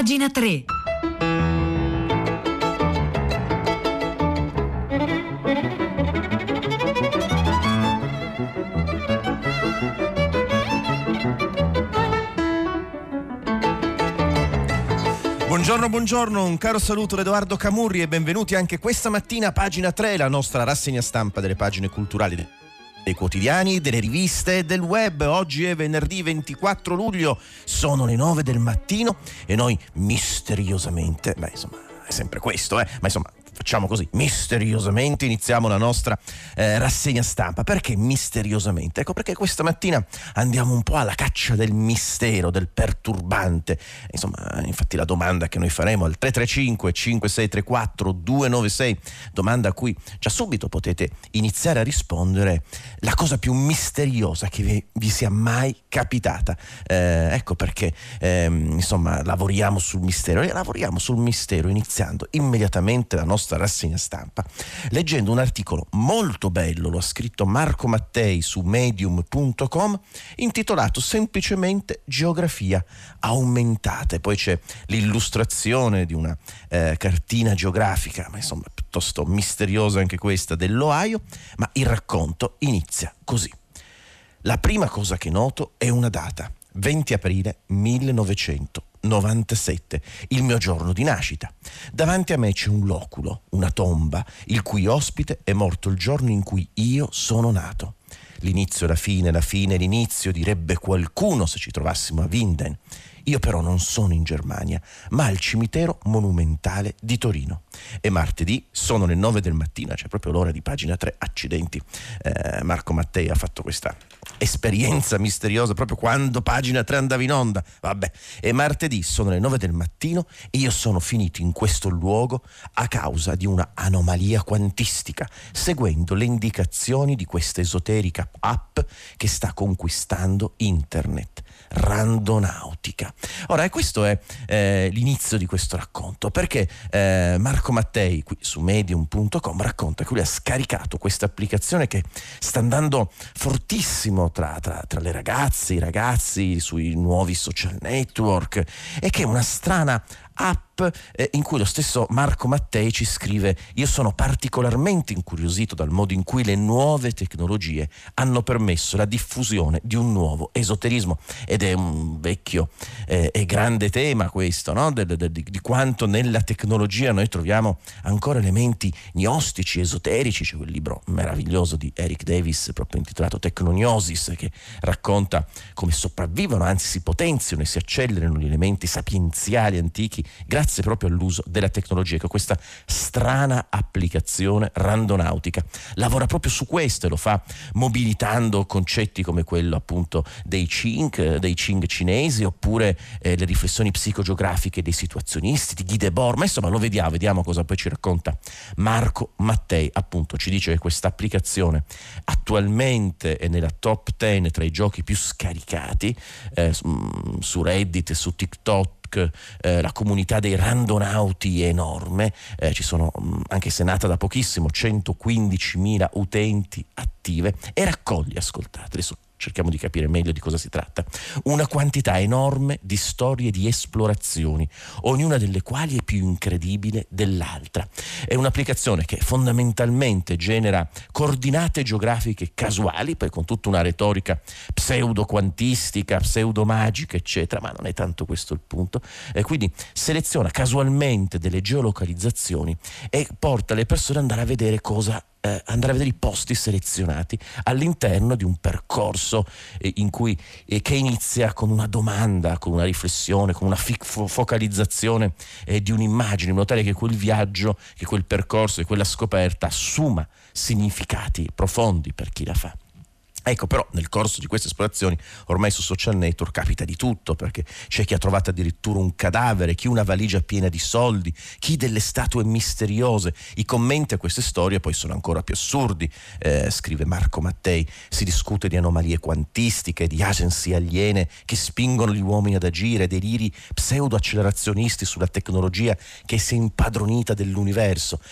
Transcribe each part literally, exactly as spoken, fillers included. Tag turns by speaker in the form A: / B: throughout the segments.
A: Pagina tre.
B: Buongiorno, buongiorno, un caro saluto da Edoardo Camurri e benvenuti anche questa mattina a Pagina tre, la nostra rassegna stampa delle pagine culturali dei quotidiani, delle riviste e del web. Oggi è venerdì ventiquattro luglio, sono le nove del mattino e noi misteriosamente, beh insomma è sempre questo, eh, ma insomma facciamo così, misteriosamente iniziamo la nostra eh, rassegna stampa. Perché misteriosamente? Ecco perché questa mattina andiamo un po' alla caccia del mistero, del perturbante. Insomma, infatti la domanda che noi faremo al tre tre cinque cinque sei tre quattro due nove sei, domanda a cui già subito potete iniziare a rispondere: la cosa più misteriosa che vi, vi sia mai capitata. Eh, ecco perché eh, insomma lavoriamo sul mistero e lavoriamo sul mistero iniziando immediatamente la nostra rassegna stampa leggendo un articolo molto bello, lo ha scritto Marco Mattei su medium punto com, intitolato semplicemente Geografia aumentata, e poi c'è l'illustrazione di una eh, cartina geografica, ma insomma piuttosto misteriosa anche questa, dell'Ohio, ma il racconto inizia così. La prima cosa che noto è una data: venti aprile millenovecentonovantasette, il mio giorno di nascita. Davanti a me c'è un loculo, una tomba, il cui ospite è morto il giorno in cui io sono nato. L'inizio, la fine, la fine, l'inizio, direbbe qualcuno se ci trovassimo a Winden. Io però non sono in Germania, ma al cimitero monumentale di Torino. E martedì sono le nove del mattino, c'è proprio l'ora di Pagina tre, accidenti. Eh, Marco Mattei ha fatto questa esperienza misteriosa proprio quando Pagina tre andava in onda. Vabbè, e martedì sono le nove del mattino e io sono finito in questo luogo a causa di una anomalia quantistica, seguendo le indicazioni di questa esoterica app che sta conquistando internet, Randonautica. Ora, e questo è eh, l'inizio di questo racconto, perché eh, Marco Mattei qui su medium punto com racconta che lui ha scaricato questa applicazione che sta andando fortissimo tra, tra, tra le ragazze, i ragazzi, sui nuovi social network, e che è una strana app eh, in cui lo stesso Marco Mattei ci scrive: io sono particolarmente incuriosito dal modo in cui le nuove tecnologie hanno permesso la diffusione di un nuovo esoterismo. Ed è un vecchio eh, e grande tema questo, no? De, de, de, di quanto nella tecnologia noi troviamo ancora elementi gnostici, esoterici. C'è quel libro meraviglioso di Eric Davis proprio intitolato Tecnognosis, che racconta come sopravvivono, anzi si potenziano e si accelerano gli elementi sapienziali antichi grazie proprio all'uso della tecnologia. Che questa strana applicazione Randonautica lavora proprio su questo e lo fa mobilitando concetti come quello appunto dei Qing, dei Qing cinesi, oppure eh, le riflessioni psicogeografiche dei situazionisti, di Guy Debord. Ma insomma lo vediamo, vediamo cosa poi ci racconta Marco Mattei. Appunto ci dice che questa applicazione attualmente è nella top dieci tra i giochi più scaricati eh, su Reddit e su TikTok. Eh, la comunità dei randonauti è enorme, eh, ci sono, anche se nata da pochissimo, centoquindicimila utenti attive, e raccoglie, ascoltate, adesso cerchiamo di capire meglio di cosa si tratta, una quantità enorme di storie di esplorazioni, ognuna delle quali è più incredibile dell'altra. È un'applicazione che fondamentalmente genera coordinate geografiche casuali, poi con tutta una retorica pseudo-quantistica, pseudo-magica, eccetera, ma non è tanto questo il punto. E quindi seleziona casualmente delle geolocalizzazioni e porta le persone ad andare a vedere cosa Eh, andare a vedere i posti selezionati all'interno di un percorso eh, in cui eh, che inizia con una domanda, con una riflessione, con una fi- fo- focalizzazione eh, di un'immagine, in modo tale che quel viaggio, che quel percorso e quella scoperta assuma significati profondi per chi la fa. Ecco, però nel corso di queste esplorazioni ormai su social network capita di tutto, perché c'è chi ha trovato addirittura un cadavere, chi una valigia piena di soldi, chi delle statue misteriose. I commenti a queste storie poi sono ancora più assurdi, eh, scrive Marco Mattei. Si discute di anomalie quantistiche, di agency aliene che spingono gli uomini ad agire, deliri pseudo accelerazionisti sulla tecnologia che si è impadronita dell'universo. Ecco,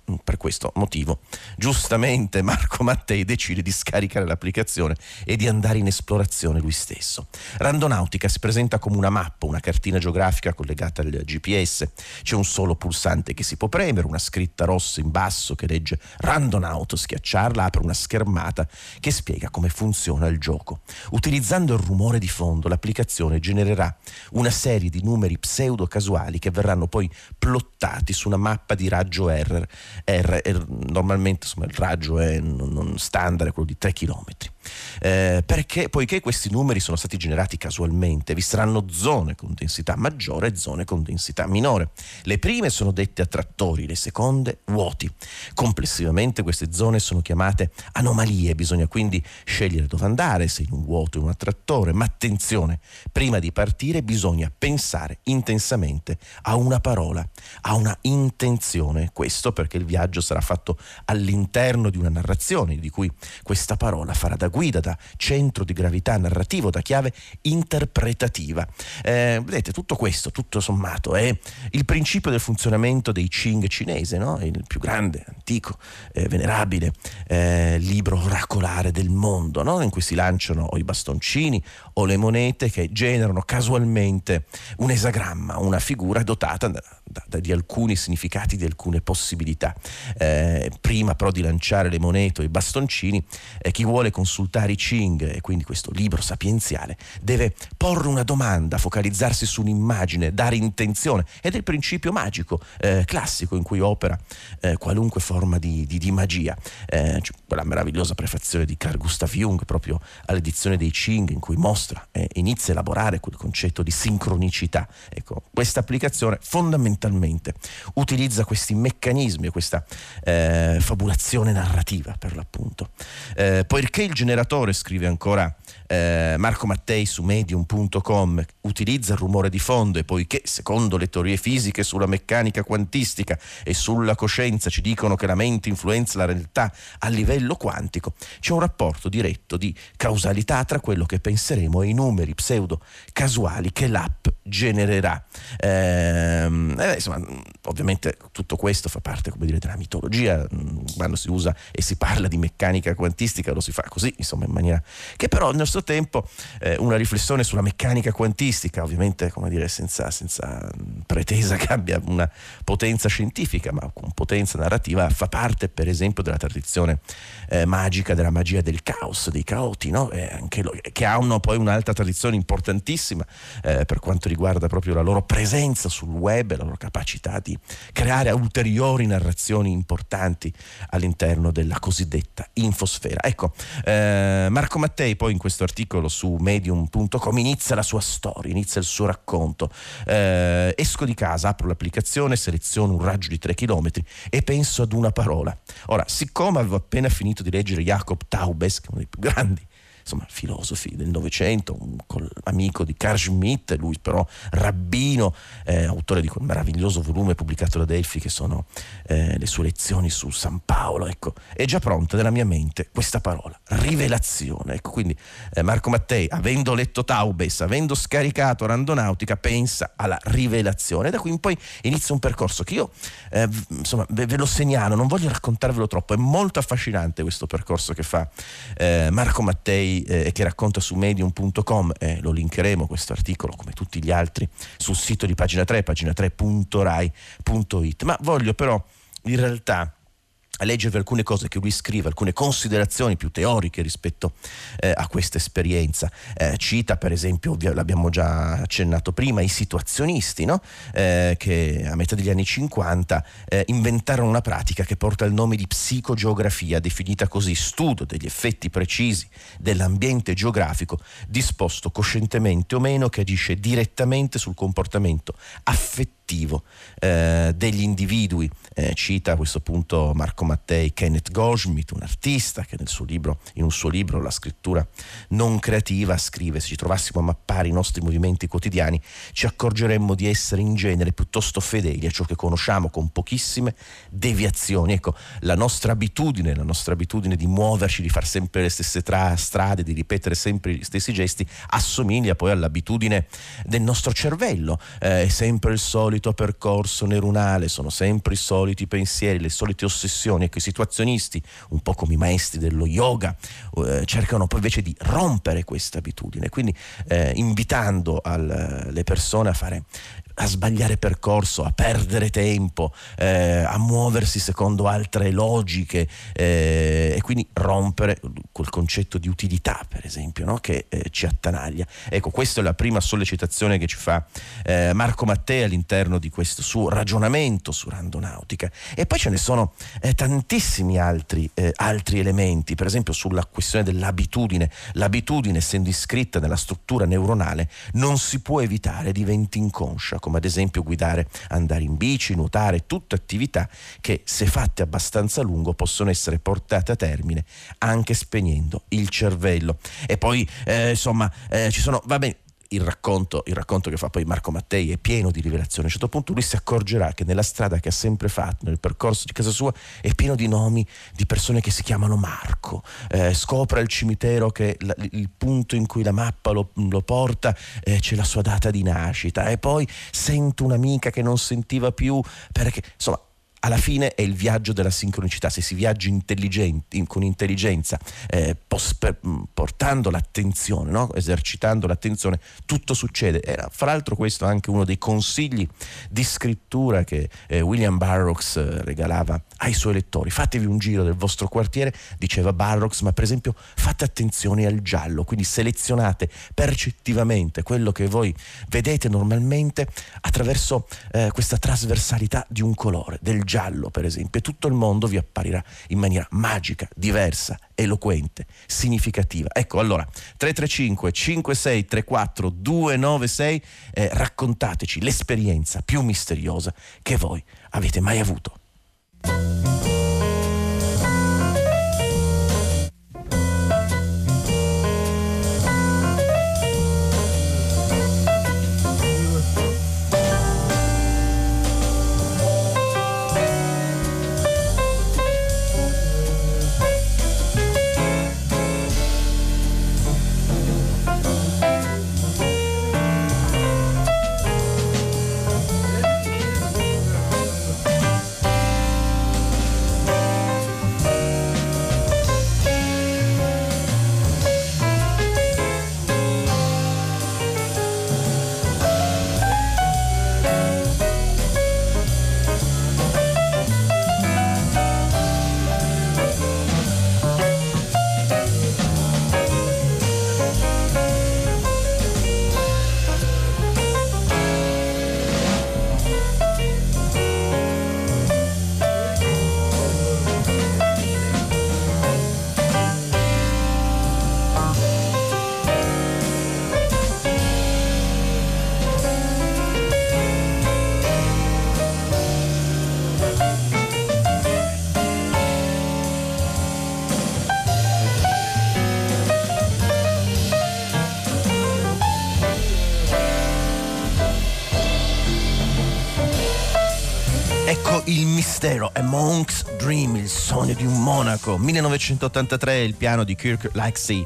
B: Per questo motivo, giustamente, Marco Mattei decide di scaricare l'applicazione e di andare in esplorazione lui stesso. Randonautica si presenta come una mappa, una cartina geografica collegata al G P S. C'è un solo pulsante che si può premere, una scritta rossa in basso che legge Randonauto, schiacciarla apre una schermata che spiega come funziona il gioco. Utilizzando il rumore di fondo, l'applicazione genererà una serie di numeri pseudo casuali che verranno poi plottati su una mappa di raggio R. R, R normalmente insomma, il raggio è non standard, è quello di tre chilometri. Eh, perché poiché questi numeri sono stati generati casualmente, vi saranno zone con densità maggiore e zone con densità minore. Le prime sono dette attrattori, le seconde vuoti. Complessivamente queste zone sono chiamate anomalie, bisogna quindi scegliere dove andare, se in un vuoto o in un attrattore, ma attenzione, prima di partire bisogna pensare intensamente a una parola, a una intenzione, questo perché il viaggio sarà fatto all'interno di una narrazione di cui questa parola farà da guida, da centro di gravità narrativo, da chiave interpretativa. Eh, vedete, tutto questo, tutto sommato, è il principio del funzionamento dei Qing cinese, no? Il più grande, antico, eh, venerabile eh, libro oracolare del mondo, no? In cui si lanciano o i bastoncini o le monete che generano casualmente un esagramma, una figura dotata da, da, di alcuni significati, di alcune possibilità. Eh, prima però di lanciare le monete o i bastoncini, eh, chi vuole consultare i Qing e quindi questo libro sapienziale deve porre una domanda, focalizzarsi su un'immagine, dare intenzione, ed è il principio magico eh, classico in cui opera eh, qualunque forma di, di, di magia. Eh, cioè, quella meravigliosa prefazione di Carl Gustav Jung proprio all'edizione dei Qing, in cui mostra e eh, inizia a elaborare quel concetto di sincronicità. Ecco, questa applicazione fondamentalmente utilizza questi meccanismi e questa eh, fabulazione narrativa, per l'appunto. Eh, poiché il generatore, scrive ancora eh, Marco Mattei su medium punto com, utilizza il rumore di fondo, e poiché secondo le teorie fisiche sulla meccanica quantistica e sulla coscienza ci dicono che la mente influenza la realtà a livello quantico, c'è un rapporto diretto di causalità tra quello che penseremo e i numeri pseudo casuali che l'app genererà. Ehm, eh, insomma, ovviamente tutto questo fa parte, come dire, della mitologia. Quando si usa e si parla di meccanica quantistica lo si fa così, insomma, in maniera che però al nostro tempo eh, una riflessione sulla meccanica quantistica, ovviamente, come dire, senza, senza pretesa che abbia una potenza scientifica, ma con potenza narrativa, fa parte per esempio della tradizione eh, magica, della magia del caos, dei caoti, no? E anche lo, che hanno poi un'altra tradizione importantissima eh, per quanto riguarda proprio la loro presenza sul web e la loro capacità di creare ulteriori narrazioni importanti all'interno della cosiddetta infosfera. Ecco, eh, Marco Mattei poi in questo articolo su medium punto com inizia la sua storia, inizia il suo racconto. Eh, esco di casa, apro l'applicazione, seleziono un raggio di tre chilometri e penso ad una parola. Ora, siccome avevo appena finito di leggere Jacob Taubes, che è uno dei più grandi insomma filosofi del Novecento, un amico di Carl Schmitt, lui però rabbino, eh, autore di quel meraviglioso volume pubblicato da Delphi che sono eh, le sue lezioni su San Paolo. Ecco, è già pronta nella mia mente questa parola, rivelazione. Ecco, quindi eh, Marco Mattei, avendo letto Taubes, avendo scaricato Randonautica, pensa alla rivelazione, e da qui in poi inizia un percorso che io eh, insomma ve, ve lo segnalo, non voglio raccontarvelo troppo, è molto affascinante questo percorso che fa eh, Marco Mattei e eh, che racconta su medium punto com, eh, lo linkeremo questo articolo come tutti gli altri sul sito di Pagina tre, pagina tre punto rai punto it. Ma voglio però in realtà a leggervi alcune cose che lui scrive, alcune considerazioni più teoriche rispetto eh, a questa esperienza. Eh, cita per esempio, l'abbiamo già accennato prima, i situazionisti, no? eh, che a metà degli anni cinquanta eh, inventarono una pratica che porta il nome di psicogeografia, definita così: studio degli effetti precisi dell'ambiente geografico disposto coscientemente o meno, che agisce direttamente sul comportamento affettivo Eh, degli individui. Eh, cita a questo punto Marco Mattei Kenneth Goldschmidt, un artista che nel suo libro, in un suo libro, La scrittura non creativa, scrive: se ci trovassimo a mappare i nostri movimenti quotidiani ci accorgeremmo di essere in genere piuttosto fedeli a ciò che conosciamo, con pochissime deviazioni. Ecco, la nostra abitudine, la nostra abitudine di muoverci, di far sempre le stesse tra- strade, di ripetere sempre gli stessi gesti, assomiglia poi all'abitudine del nostro cervello. Eh, è sempre il solito solito percorso neuronale, sono sempre i soliti pensieri, le solite ossessioni. Ecco, i situazionisti, un po' come i maestri dello yoga, eh, cercano poi invece di rompere questa abitudine, quindi eh, invitando al, le persone a fare a sbagliare percorso, a perdere tempo, eh, a muoversi secondo altre logiche, eh, e quindi rompere quel concetto di utilità, per esempio, no? Che eh, ci attanaglia. Ecco, questa è la prima sollecitazione che ci fa eh, Marco Mattei all'interno di questo suo ragionamento su randonautica. E poi ce ne sono eh, tantissimi altri, eh, altri elementi, per esempio sulla questione dell'abitudine. L'abitudine, essendo iscritta nella struttura neuronale, non si può evitare, diventi inconscia, come ad esempio guidare, andare in bici, nuotare, tutte attività che, se fatte abbastanza a lungo, possono essere portate a termine anche spegnendo il cervello. E poi eh, insomma eh, ci sono, va bene, il racconto, il racconto che fa poi Marco Mattei è pieno di rivelazioni. A un certo punto lui si accorgerà che nella strada che ha sempre fatto, nel percorso di casa sua, è pieno di nomi di persone che si chiamano Marco. Eh, scopre al cimitero che la, il punto in cui la mappa lo, lo porta eh, c'è la sua data di nascita, e poi sente un'amica che non sentiva più, perché insomma alla fine è il viaggio della sincronicità. Se si viaggia intelligenti, con intelligenza, eh, pos- per, portando l'attenzione, no? Esercitando l'attenzione, tutto succede. Era fra l'altro questo anche uno dei consigli di scrittura che eh, William Burroughs eh, regalava ai suoi lettori. Fatevi un giro del vostro quartiere, diceva Burroughs, ma per esempio fate attenzione al giallo, quindi selezionate percettivamente quello che voi vedete normalmente attraverso eh, questa trasversalità di un colore, del giallo per esempio, e tutto il mondo vi apparirà in maniera magica, diversa, eloquente, significativa. Ecco, allora tre tre cinque cinque sei tre quattro due nove sei, eh, raccontateci l'esperienza più misteriosa che voi avete mai avuto. Il mistero, A Monk's Dream, il sogno di un monaco, millenovecentottantatré, il piano di Kirk Laxey,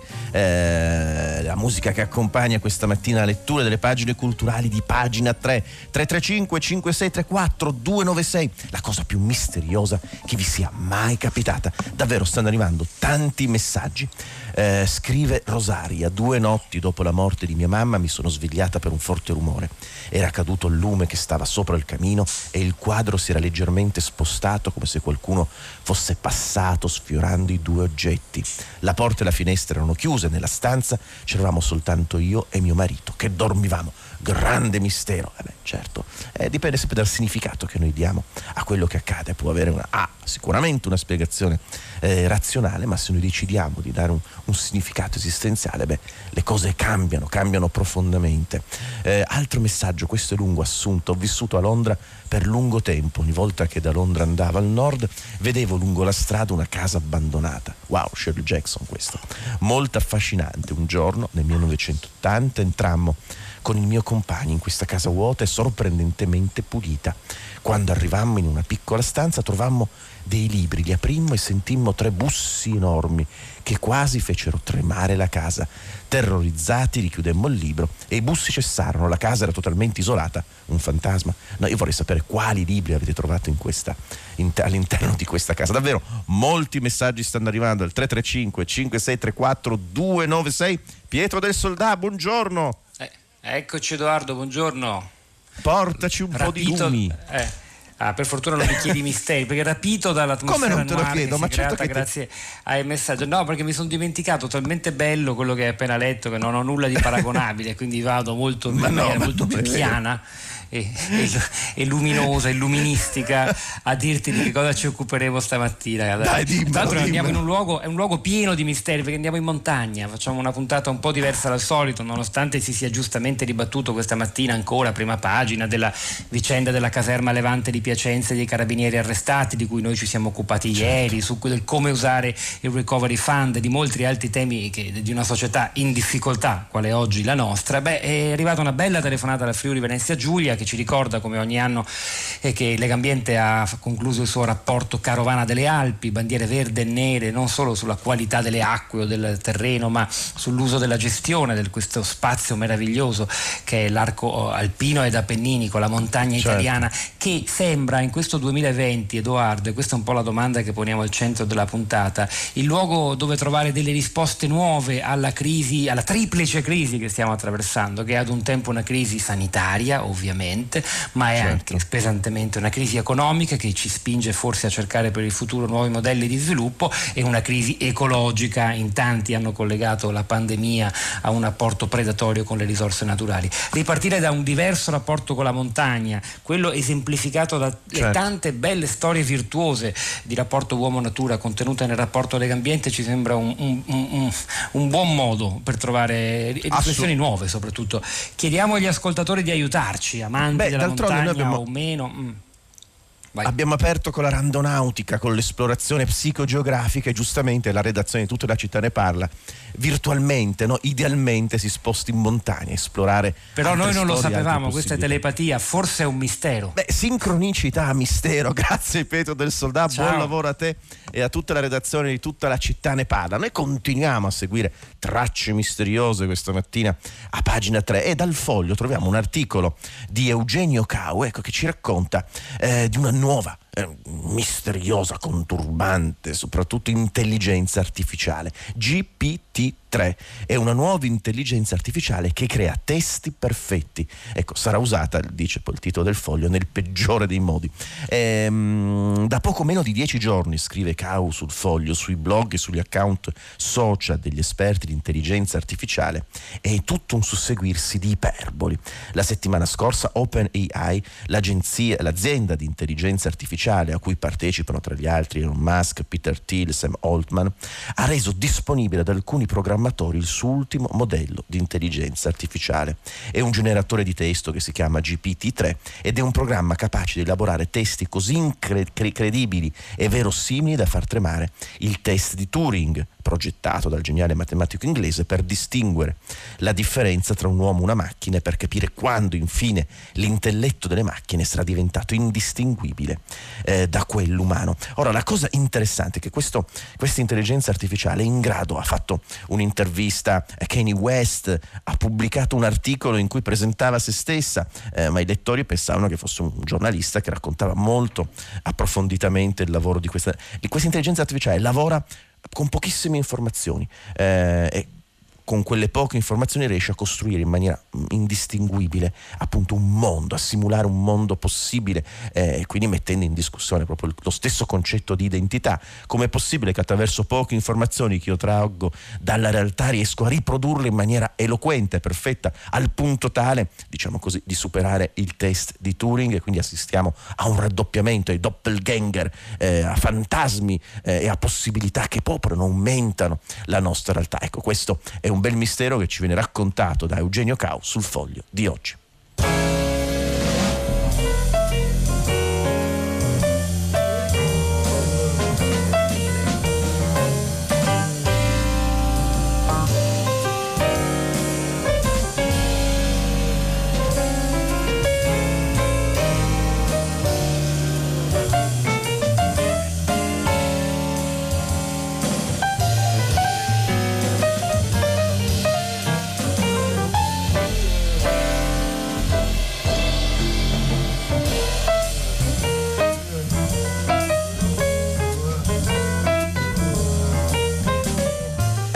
B: eh, la musica che accompagna questa mattina la lettura delle pagine culturali di Pagina tre. Tre tre cinque cinque sei tre quattro due nove sei, la cosa più misteriosa che vi sia mai capitata. Davvero stanno arrivando tanti messaggi. Eh, scrive Rosaria: due notti dopo la morte di mia mamma mi sono svegliata per un forte rumore. Era caduto il lume che stava sopra il camino e il quadro si era leggermente spostato, come se qualcuno fosse passato sfiorando i due oggetti. La porta e la finestra erano chiuse, nella stanza c'eravamo soltanto io e mio marito che dormivamo. Grande mistero. Eh beh, certo, eh, dipende sempre dal significato che noi diamo a quello che accade. Può avere una, ah, sicuramente una spiegazione eh, razionale, ma se noi decidiamo di dare un, un significato esistenziale, beh, le cose cambiano, cambiano profondamente. Eh, altro messaggio, questo è lungo, assunto: ho vissuto a Londra per lungo tempo. Ogni volta che da Londra andavo al nord vedevo lungo la strada una casa abbandonata. Wow, Shirley Jackson questo. Molto affascinante. Un giorno nel millenovecentottanta entrammo con il mio compagno in questa casa vuota e sorprendentemente pulita. Quando arrivammo in una piccola stanza trovammo dei libri, li aprimmo e sentimmo tre bussi enormi che quasi fecero tremare la casa. Terrorizzati richiudemmo il libro e i bussi cessarono, la casa era totalmente isolata. Un fantasma? No, io vorrei sapere quali libri avete trovato in questa, in, all'interno di questa casa. Davvero, molti messaggi stanno arrivando al tre tre cinque cinque sei tre quattro due nove sei. Pietro del Soldà, buongiorno.
A: Eh, eccoci Edoardo, buongiorno.
B: Portaci un
A: Rapito,
B: po' di lumi.
A: Eh. Ah, per fortuna non mi chiedi misteri, perché rapito dall'atmosfera
B: come non te lo chiedo, ma certo che
A: grazie te... ai messaggi. No, perché mi sono dimenticato, talmente bello quello che hai appena letto che non ho nulla di paragonabile, quindi vado molto, in maniera no, molto più piana e, e, e luminosa e luministica a dirti di che cosa ci occuperemo stamattina.
B: Dai, dimmi,
A: Tra l'altro
B: dimmi.
A: andiamo in un luogo, è un luogo pieno di misteri, perché andiamo in montagna, facciamo una puntata un po' diversa dal solito, nonostante si sia giustamente dibattuto questa mattina ancora, prima pagina, della vicenda della caserma Levante di Piacenza e dei carabinieri arrestati, di cui noi ci siamo occupati certo. ieri, su del come usare il recovery fund, di molti altri temi che, di una società in difficoltà, quale è oggi la nostra. Beh, è arrivata una bella telefonata dal Friuli Venezia Giulia, che ci ricorda come ogni anno eh, che Legambiente ha concluso il suo rapporto Carovana delle Alpi, bandiere verde e nere, non solo sulla qualità delle acque o del terreno, ma sull'uso della gestione di questo spazio meraviglioso che è l'arco alpino ed appenninico, la montagna
B: certo.
A: italiana, che sembra in questo duemilaventi, Edoardo, e questa è un po' la domanda che poniamo al centro della puntata, il luogo dove trovare delle risposte nuove alla crisi, alla triplice crisi che stiamo attraversando, che è ad un tempo una crisi sanitaria ovviamente, ma è
B: certo.
A: anche pesantemente una crisi economica che ci spinge forse a cercare per il futuro nuovi modelli di sviluppo, e una crisi ecologica. In tanti hanno collegato la pandemia a un apporto predatorio con le risorse naturali. Ripartire da un diverso rapporto con la montagna, quello esemplificato da certo. le tante belle storie virtuose di rapporto uomo-natura contenute nel rapporto Legambiente, ci sembra un, un, un, un buon modo per trovare riflessioni nuove. Soprattutto chiediamo agli ascoltatori di aiutarci, amanti
B: Beh,
A: della montagna
B: noi abbiamo...
A: o meno. Mm. Vai.
B: Abbiamo aperto con la randonautica, con l'esplorazione psicogeografica, e giustamente la redazione di Tutta la città ne parla. Virtualmente, no? Idealmente si sposta in montagna, esplorare.
A: Però noi non lo
B: storie,
A: sapevamo, questa è telepatia, forse è un mistero.
B: Beh, sincronicità, mistero. Grazie Pietro del Soldà,
A: Ciao.
B: Buon lavoro a te e a tutta la redazione di Tutta la città ne parla. Noi continuiamo a seguire tracce misteriose questa mattina a pagina tre, e dal Foglio troviamo un articolo di Eugenio Cau, ecco, che ci racconta eh, di una nuova, eh, misteriosa, conturbante, soprattutto intelligenza artificiale. G P T tre è una nuova intelligenza artificiale che crea testi perfetti. Ecco, sarà usata, dice poi il titolo del Foglio, nel peggiore dei modi. Ehm, da poco meno di dieci giorni, scrive Cau sul Foglio, sui blog e sugli account social degli esperti di intelligenza artificiale, è tutto un susseguirsi di iperboli. La settimana scorsa OpenAI, l'agenzia, l'azienda di intelligenza artificiale a cui partecipano tra gli altri Elon Musk, Peter Thiel, Sam Altman, ha reso disponibile ad alcuni programmatori il suo ultimo modello di intelligenza artificiale. È un generatore di testo che si chiama G P T tre ed è un programma capace di elaborare testi così incredibili e verosimili da far tremare il test di Turing, progettato dal geniale matematico inglese per distinguere la differenza tra un uomo e una macchina e per capire quando infine l'intelletto delle macchine sarà diventato indistinguibile eh, da quello umano. Ora, la cosa interessante è che questo, questa intelligenza artificiale è in grado, ha fatto un'intervista a Kanye West, ha pubblicato un articolo in cui presentava se stessa, eh, ma i lettori pensavano che fosse un giornalista che raccontava molto approfonditamente il lavoro di questa, di questa intelligenza artificiale. Lavora con pochissime informazioni eh, e con quelle poche informazioni riesce a costruire in maniera indistinguibile appunto un mondo, a simulare un mondo possibile, e eh, quindi mettendo in discussione proprio lo stesso concetto di identità. Com'è possibile che attraverso poche informazioni che io traggo dalla realtà riesco a riprodurle in maniera eloquente, perfetta, al punto tale, diciamo così, di superare il test di Turing, e quindi assistiamo a un raddoppiamento, ai doppelganger, eh, a fantasmi eh, e a possibilità che popolano, aumentano la nostra realtà. Ecco, questo è un bel mistero che ci viene raccontato da Eugenio Cau sul Foglio di oggi.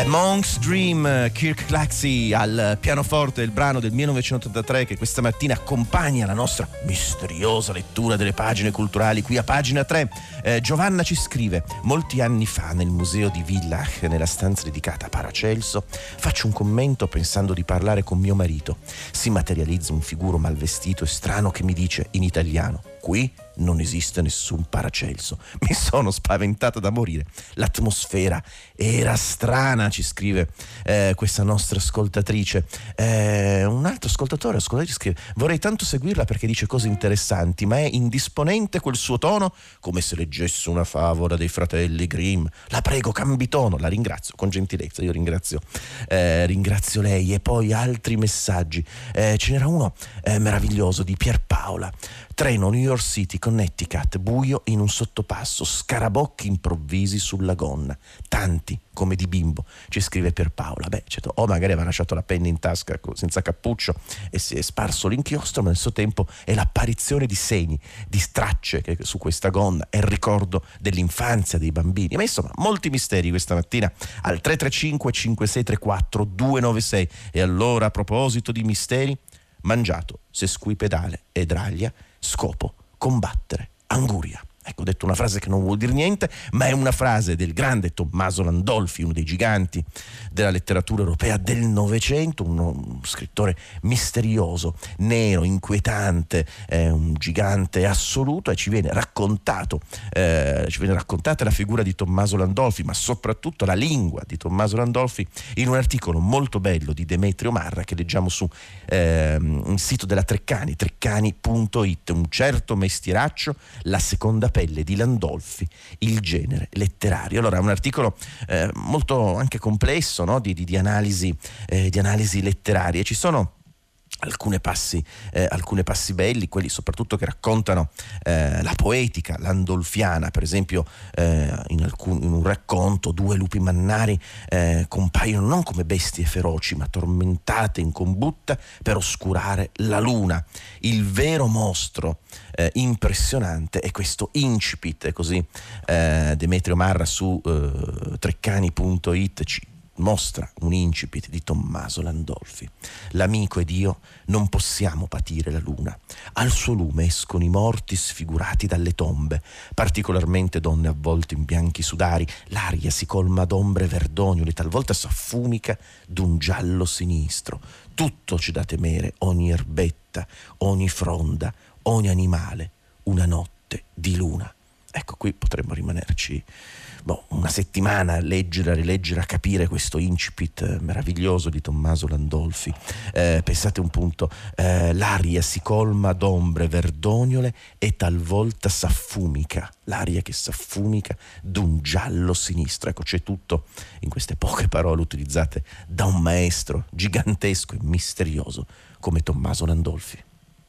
B: Monk's Dream, Kirk Laxey al pianoforte, il brano del millenovecentottantatré che questa mattina accompagna la nostra misteriosa lettura delle pagine culturali qui a pagina tre. Eh, Giovanna ci scrive: molti anni fa nel museo di Villach, nella stanza dedicata a Paracelso, faccio un commento pensando di parlare con mio marito. Si materializza un figuro mal vestito e strano che mi dice in italiano: qui non esiste nessun Paracelso. Mi sono spaventata da morire. L'atmosfera era strana, ci scrive eh, questa nostra ascoltatrice. Eh, un altro ascoltatore, ascoltatrice scrive: vorrei tanto seguirla perché dice cose interessanti, ma è indisponente quel suo tono, come se leggesse una favola dei fratelli Grimm. La prego, cambi tono. La ringrazio con gentilezza. Io ringrazio, eh, ringrazio lei. E poi altri messaggi. Eh, ce n'era uno eh, meraviglioso di Pierpaola. Treno New York City, Connecticut, buio in un sottopasso, scarabocchi improvvisi sulla gonna, tanti come di bimbo, ci scrive Pierpaola. Beh, certo, o magari aveva lasciato la penna in tasca senza cappuccio e si è sparso l'inchiostro, ma nel suo tempo è l'apparizione di segni, di tracce che su questa gonna, è il ricordo dell'infanzia dei bambini. Ma insomma, molti misteri questa mattina al tre tre cinque cinque sei tre quattro due nove sei. E allora, a proposito di misteri, mangiato, sesquipedale e draglia, scopo combattere Anguria. Ecco, ho detto una frase che non vuol dire niente, ma è una frase del grande Tommaso Landolfi, uno dei giganti della letteratura europea del Novecento, uno, un scrittore misterioso, nero, inquietante, eh, un gigante assoluto, e ci viene raccontato, eh, ci viene raccontata la figura di Tommaso Landolfi, ma soprattutto la lingua di Tommaso Landolfi, in un articolo molto bello di Demetrio Marra che leggiamo su eh, un sito della Treccani, treccani punto it. Un certo mestieraccio, la seconda pelle di Landolfi, il genere letterario. Allora, è un articolo eh, molto anche complesso, no? di, di, di analisi eh, di analisi letterarie. Ci sono alcune passi, eh, alcune passi belli, quelli soprattutto che raccontano eh, la poetica landolfiana. Per esempio eh, in, alcun, in un racconto due lupi mannari eh, compaiono non come bestie feroci ma tormentate in combutta per oscurare la luna. Il vero mostro eh, impressionante è questo incipit, così eh, Demetrio Marra su eh, treccani punto it ci mostra un incipit di Tommaso Landolfi. L'amico ed io non possiamo patire la luna. Al suo lume escono i morti sfigurati dalle tombe, particolarmente donne avvolte in bianchi sudari. L'aria si colma d'ombre verdoniole, talvolta s'affumica d'un giallo sinistro. Tutto c'è da temere, ogni erbetta, ogni fronda, ogni animale. Una notte di luna. Ecco, qui potremmo rimanerci Boh, una settimana a leggere, a rileggere, a capire questo incipit meraviglioso di Tommaso Landolfi. Eh, pensate un punto, eh, l'aria si colma d'ombre verdoniole e talvolta s'affumica, l'aria che s'affumica d'un giallo sinistro. Ecco, c'è tutto in queste poche parole utilizzate da un maestro gigantesco e misterioso come Tommaso Landolfi.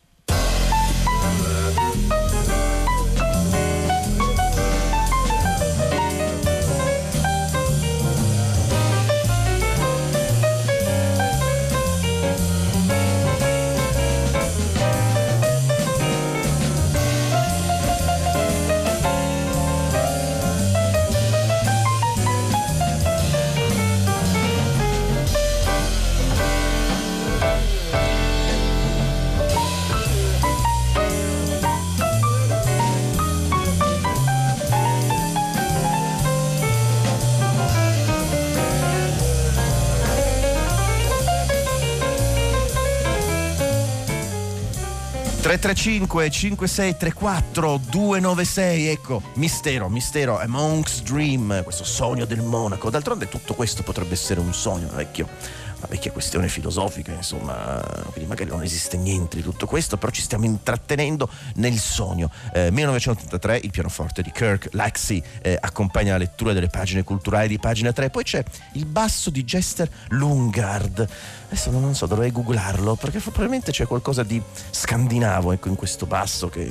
B: tre tre cinque cinque sei tre quattro due nove sei. Ecco, mistero, mistero, è Monk's Dream, questo sogno del monaco. D'altronde tutto questo potrebbe essere un sogno, vecchio, una vecchia questione filosofica, insomma, quindi magari non esiste niente di tutto questo, però ci stiamo intrattenendo nel sogno. eh, millenovecentottantatré, il pianoforte di Kirk Laxey eh, accompagna la lettura delle pagine culturali di pagina tre. Poi c'è il basso di Jester Lundgaard. Adesso non so, dovrei googlarlo perché probabilmente c'è qualcosa di scandinavo, ecco, in questo basso che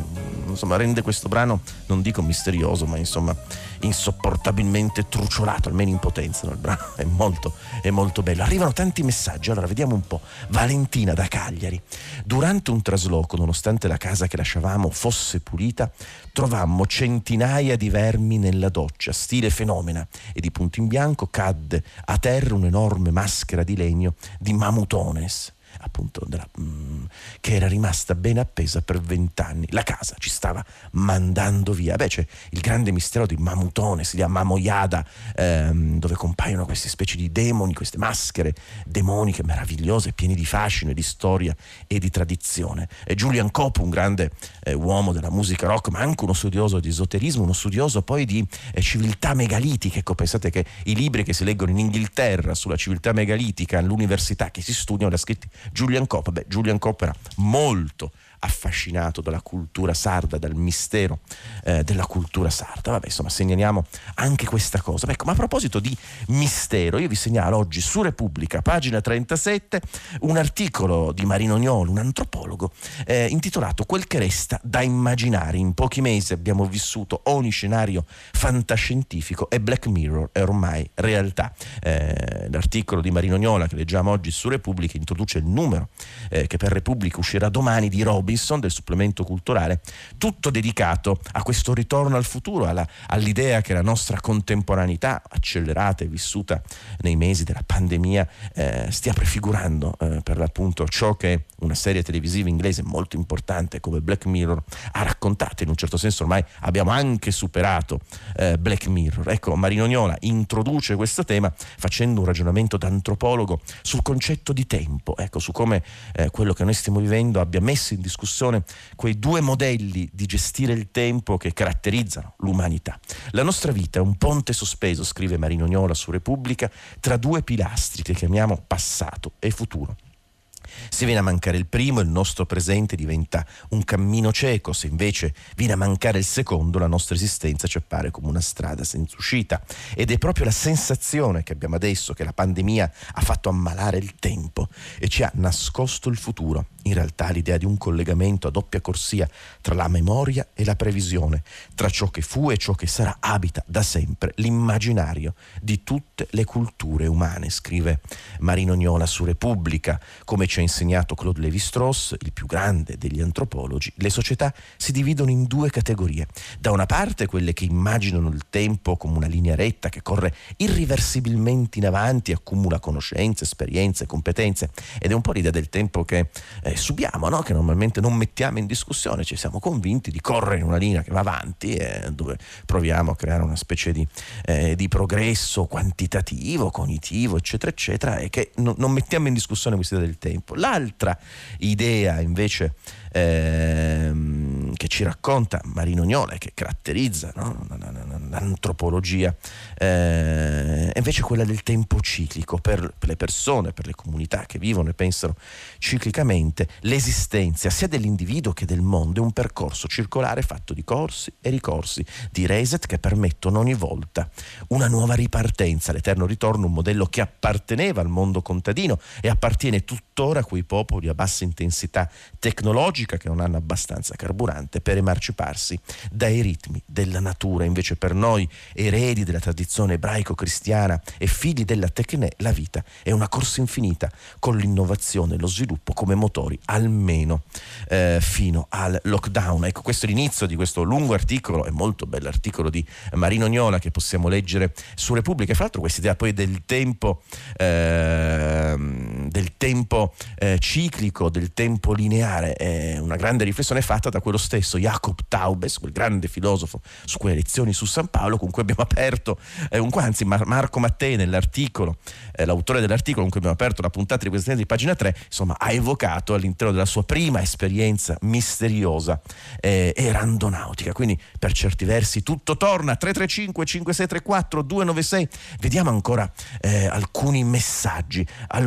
B: insomma rende questo brano, non dico misterioso, ma insomma insopportabilmente truciolato, almeno in potenza, no? Il brano è molto, è molto bello. Arrivano tanti messaggi, allora vediamo un po'. Valentina da Cagliari: durante un trasloco, nonostante la casa che lasciavamo fosse pulita, trovammo centinaia di vermi nella doccia, stile Fenomena, e di punto in bianco cadde a terra un'enorme maschera di legno di Mamutones, appunto della, mm, che era rimasta ben appesa per vent'anni. La casa ci stava mandando via. Beh, c'è il grande mistero di Mamutone, si chiama Mamoyada, ehm, dove compaiono queste specie di demoni, queste maschere demoniche meravigliose, piene di fascino e di storia e di tradizione. E Julian Cope, un grande eh, uomo della musica rock, ma anche uno studioso di esoterismo, uno studioso poi di eh, civiltà megalitiche. Ecco, pensate che i libri che si leggono in Inghilterra sulla civiltà megalitica all'università che si studiano, li ha scritti Julian Cope. Beh, Julian Cope era molto affascinato dalla cultura sarda, dal mistero eh, della cultura sarda. Vabbè, insomma, segnaliamo anche questa cosa. Ecco, ma a proposito di mistero, io vi segnalo oggi su Repubblica, pagina trentasette, un articolo di Marino Gnolo, un antropologo, eh, intitolato Quel che resta da immaginare. In pochi mesi abbiamo vissuto ogni scenario fantascientifico e Black Mirror è ormai realtà. Eh, l'articolo di Marino Gnola che leggiamo oggi su Repubblica introduce il numero eh, che per Repubblica uscirà domani di Robinson, del supplemento culturale, tutto dedicato a questo ritorno al futuro, alla, all'idea che la nostra contemporaneità accelerata e vissuta nei mesi della pandemia eh, stia prefigurando eh, per l'appunto ciò che una serie televisiva inglese molto importante come Black Mirror ha raccontato. In un certo senso ormai abbiamo anche superato eh, Black Mirror. Ecco, Marino Gnola introduce questo tema facendo un ragionamento d'antropologo sul concetto di tempo, ecco, su come eh, quello che noi stiamo vivendo abbia messo in discussione quei due modelli di gestire il tempo che caratterizzano l'umanità. La nostra vita è un ponte sospeso, scrive Marino Gnola su Repubblica, tra due pilastri che chiamiamo passato e futuro. Se viene a mancare il primo, il nostro presente diventa un cammino cieco. Se invece viene a mancare il secondo, la nostra esistenza ci appare come una strada senza uscita. Ed è proprio la sensazione che abbiamo adesso che la pandemia ha fatto ammalare il tempo e ci ha nascosto il futuro. In realtà l'idea di un collegamento a doppia corsia tra la memoria e la previsione, tra ciò che fu e ciò che sarà, abita da sempre l'immaginario di tutte le culture umane, scrive Marino Gnola su Repubblica. Come ci ha insegnato Claude Lévi-Strauss, il più grande degli antropologi, le società si dividono in due categorie. Da una parte quelle che immaginano il tempo come una linea retta che corre irriversibilmente in avanti, accumula conoscenze, esperienze, competenze, ed è un po' l'idea del tempo che eh, subiamo, no? Che normalmente non mettiamo in discussione, ci siamo convinti di correre in una linea che va avanti eh, dove proviamo a creare una specie di, eh, di progresso quantitativo, cognitivo, eccetera eccetera, e che no, non mettiamo in discussione questa idea del tempo. L'altra idea invece ehm, che ci racconta Marino Gnola e che caratterizza, no? l'antropologia eh, è invece quella del tempo ciclico. Per, per le persone, per le comunità che vivono e pensano ciclicamente, l'esistenza sia dell'individuo che del mondo è un percorso circolare fatto di corsi e ricorsi, di reset che permettono ogni volta una nuova ripartenza, l'eterno ritorno, un modello che apparteneva al mondo contadino e appartiene tuttora a quei popoli a bassa intensità tecnologica che non hanno abbastanza carburante per emanciparsi dai ritmi della natura. Invece per noi, eredi della tradizione ebraico-cristiana e figli della tecne, la vita è una corsa infinita con l'innovazione e lo sviluppo come motori, almeno eh, fino al lockdown. Ecco, questo è l'inizio di questo lungo articolo, è molto bello articolo di Marino Gnola che possiamo leggere su Repubblica. E fra l'altro questa idea poi del tempo eh, del tempo eh, ciclico, del tempo lineare, è una grande riflessione fatta da quello stesso Jacob Taubes, quel grande filosofo su quelle lezioni su San Paolo, con cui abbiamo aperto eh, un anzi Mar- Marco Mattei nell'articolo, eh, l'autore dell'articolo con cui abbiamo aperto la puntata di questa di pagina tre, insomma ha evocato all'interno della sua prima esperienza misteriosa eh, e randonautica. Quindi per certi versi tutto torna. Tre tre cinque cinque sei tre quattro due nove sei. Vediamo ancora eh, alcuni messaggi. Allora, è il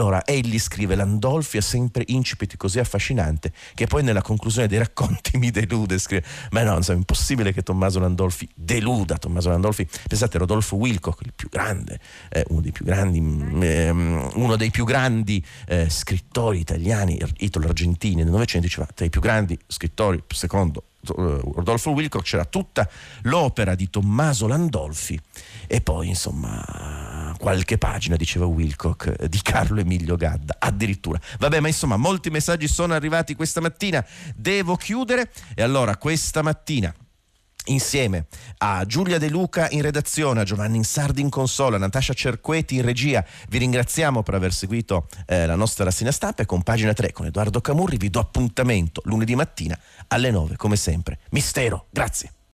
B: Grilli scrive: Landolfi ha sempre incipiti così affascinante che poi nella conclusione dei racconti mi delude. Scrive: ma no, insomma, è impossibile che Tommaso Landolfi deluda. Tommaso Landolfi, pensate, Rodolfo Wilcock, il più grande, eh, uno dei più grandi, eh, uno dei più grandi eh, scrittori italiani, italo-argentini del Novecento, diceva: tra i più grandi scrittori, secondo Rodolfo Wilcock c'era tutta l'opera di Tommaso Landolfi e poi insomma qualche pagina, diceva Wilcock, di Carlo Emilio Gadda addirittura. Vabbè, ma insomma molti messaggi sono arrivati questa mattina, devo chiudere e allora questa mattina, insieme a Giulia De Luca in redazione, a Giovanni Insardi in console, a Natascia Cerqueti in regia, vi ringraziamo per aver seguito eh, la nostra rassegna stampa, e con Pagina tre con Edoardo Camurri vi do appuntamento lunedì mattina alle nove come sempre. Mistero, grazie.